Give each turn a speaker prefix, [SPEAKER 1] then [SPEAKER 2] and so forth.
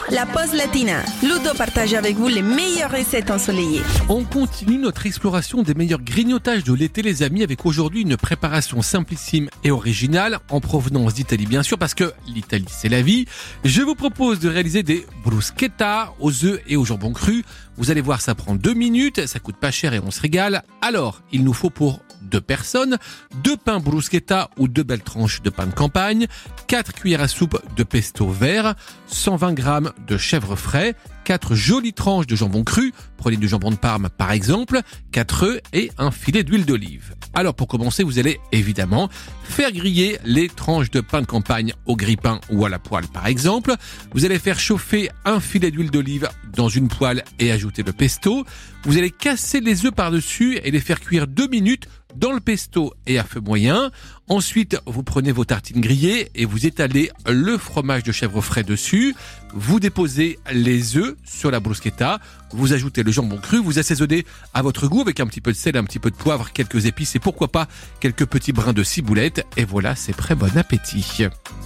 [SPEAKER 1] la pause latina. Ludo partage avec vous les meilleures recettes ensoleillées.
[SPEAKER 2] On continue notre exploration des meilleurs grignotages de l'été, les amis, avec aujourd'hui une préparation simplissime et originale, en provenance d'Italie bien sûr, parce que l'Italie c'est la vie. Je vous propose de réaliser des bruschetta aux œufs et au jambon cru. Vous allez voir, ça prend 2 minutes, ça coûte pas cher et on se régale. Alors, il nous faut pour 2 personnes, 2 pains bruschetta ou 2 belles tranches de pain de campagne, 4 cuillères à soupe de pesto vert, 120 g de chèvre frais, 4 jolies tranches de jambon cru, prenez du jambon de Parme par exemple, 4 œufs et un filet d'huile d'olive. Alors pour commencer, vous allez évidemment faire griller les tranches de pain de campagne au grille-pain ou à la poêle par exemple. Vous allez faire chauffer un filet d'huile d'olive dans une poêle et ajouter le pesto. Vous allez casser les œufs par-dessus et les faire cuire 2 minutes dans le pesto et à feu moyen. Ensuite, vous prenez vos tartines grillées et vous étalez le fromage de chèvre frais dessus. Vous déposez les œufs sur la bruschetta. Vous ajoutez le jambon cru. Vous assaisonnez à votre goût avec un petit peu de sel, un petit peu de poivre, quelques épices et pourquoi pas quelques petits brins de ciboulette. Et voilà, c'est prêt, bon appétit.